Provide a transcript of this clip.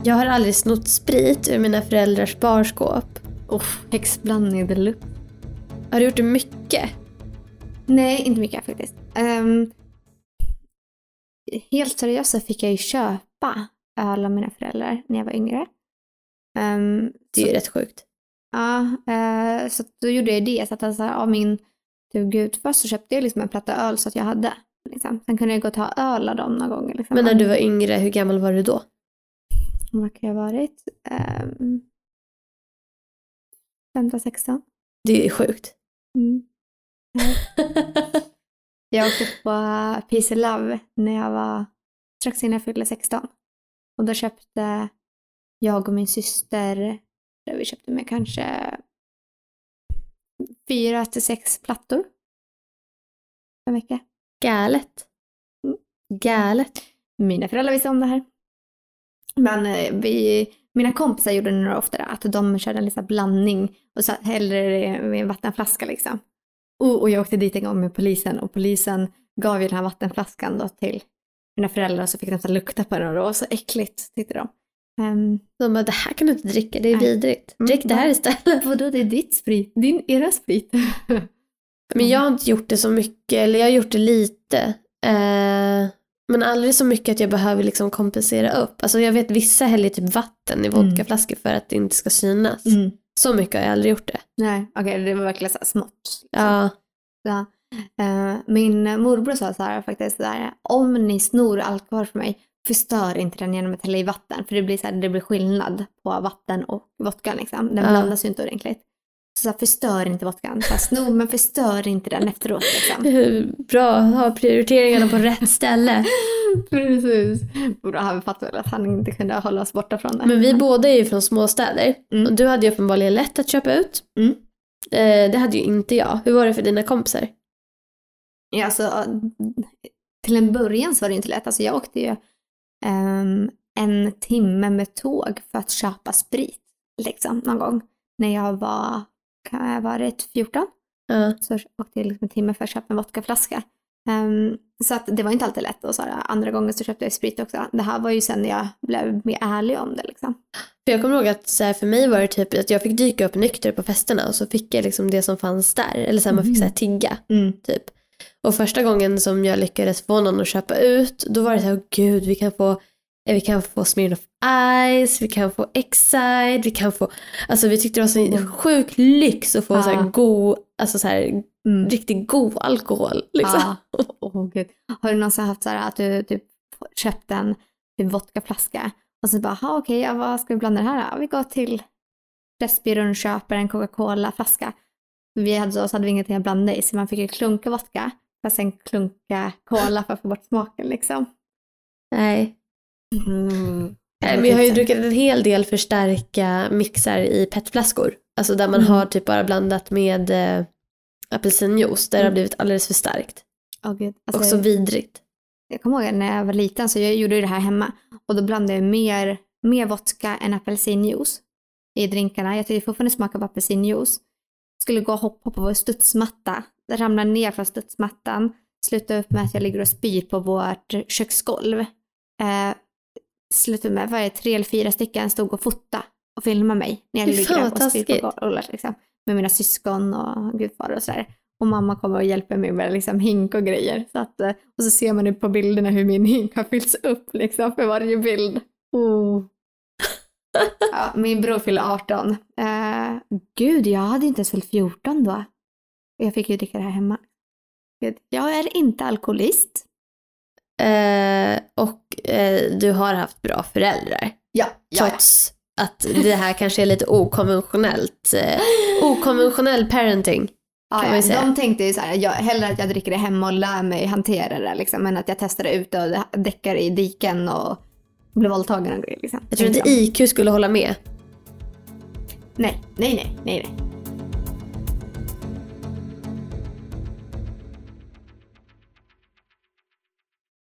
Jag har aldrig snott sprit ur mina föräldrars barskåp. Häxblandning deluxe. Har du gjort det mycket? Nej, inte mycket faktiskt. Helt seriöst så fick jag ju köpa öl av mina föräldrar när jag var yngre. Det är ju rätt sjukt. Ja, så då gjorde jag det. Så att alltså, av min gudfar så köpte jag liksom en platta öl så att jag hade. Liksom. Sen kunde jag gå och ta öl av dem några gånger. Liksom. Men när du var yngre, hur gammal var du då? Vad kan jag ha varit? 15-16. Det är sjukt. Jag åkte på Peace and Love när jag var strax innan jag fyllde 16. Och då köpte jag och min syster, vi köpte med kanske 4-6 plattor en vecka. Galet. Mina föräldrar visste om det här. Men mina kompisar gjorde det några oftare, att de körde en liten blandning och så hällde med en vattenflaska liksom. Och jag åkte dit en gång med polisen och polisen gav ju den här vattenflaskan då till mina föräldrar, så fick de så lukta på den och det var så äckligt, tyckte de. De bara, det här kan du inte dricka, det är vidrigt. Drick det här istället. Vadå, det är ditt sprit, era sprit. Men jag har inte gjort det så mycket, eller jag har gjort det lite. Men aldrig så mycket att jag behöver liksom kompensera upp. Alltså jag vet vissa häller typ vatten i vodkaflaskor för att det inte ska synas. Så mycket har jag aldrig gjort det. Nej, okej, det var verkligen så här smått. Liksom. Ja. Så, min morbror sa så här faktiskt, så här, om ni snor alkohol för mig, förstör inte den genom att hälla i vatten. För det blir, så här, det blir skillnad på vatten och vodka liksom. Den blandas ju inte ordentligt. Så här, förstör inte vodkan. Snor, men förstör inte den efteråt liksom. Bra, ha prioriteringarna på rätt ställe. Precis. Borde ha fattat väl att han inte kunde hålla oss borta från det. Men vi båda är ju från småstäder. Och du hade ju uppenbarligen lätt att köpa ut. Det hade ju inte jag. Hur var det för dina kompisar? Ja, alltså, till en början så var det inte lätt. Alltså, jag åkte ju 1 timme med tåg för att köpa sprit. Liksom, någon gång. När jag var, kan jag ha varit 14? Så åkte jag liksom 1 timme för att köpa en vodkaflaska. Så att det var inte alltid lätt. Och så andra gånger så köpte jag sprit också. Det här var ju sen när jag blev mer ärlig om det liksom. För jag kommer ihåg att så här, för mig var det typ att jag fick dyka upp nykter på festerna. Och så fick jag liksom det som fanns där. Eller så här, man fick så här, tigga typ. Och första gången som jag lyckades få någon att köpa ut, då var det så här, gud, vi kan få Smirnoff Ice, vi kan få Excite, vi kan få, alltså vi tyckte det var så en sjuk lyx att få så här god, alltså så här riktigt god alkohol liksom. Gud. Har du någonsin haft så här att du typ köpt en vodkaflaska och så bara, okej, vad ska vi blanda det här? Vi går till Pressbyrån och köper en Coca-Cola-flaska. Så hade vi ingenting att blanda i, så man fick ju klunka vodka fast sen klunka cola för att få bort smaken liksom. Nej. Men jag har ju druckit en hel del för starka mixar i petflaskor. Alltså där man har typ bara blandat med apelsinjuice. Där det har blivit alldeles för starkt. Gud. Alltså, också vidrigt. Jag kommer ihåg när jag var liten, så jag gjorde det här hemma. Och då blandade jag mer vodka än apelsinjuice i drinkarna. Jag tyckte fortfarande smak av apelsinjuice. Skulle gå och hoppa på vår studsmatta. Ramla ner från studsmattan. Sluta upp med att jag ligger och spyr på vårt köksgolv. Slutade med varje 3 eller 4 stycken stod och fota och filma mig när jag ligger och spyr på golvet liksom, med mina syskon och gudfar och sådär. Och mamma kommer och hjälper mig med liksom hink och grejer. Så att, och så ser man ju på bilderna hur min hink har fyllts upp liksom för varje bild. Ja, min bror fyller 18. Gud, jag hade inte ens fyllt 14 då. Jag fick ju dricka det här hemma. Jag är inte alkoholist. Och du har haft bra föräldrar. Ja. Trots att det här kanske är lite okonventionell parenting. Kan man säga. De tänkte ju så här, hellre att jag dricker det hemma och lär mig hantera det liksom, än att jag testar det ut och däckar i diken och blir våldtagen och grejer liksom. Jag tror inte IQ skulle hålla med. Nej.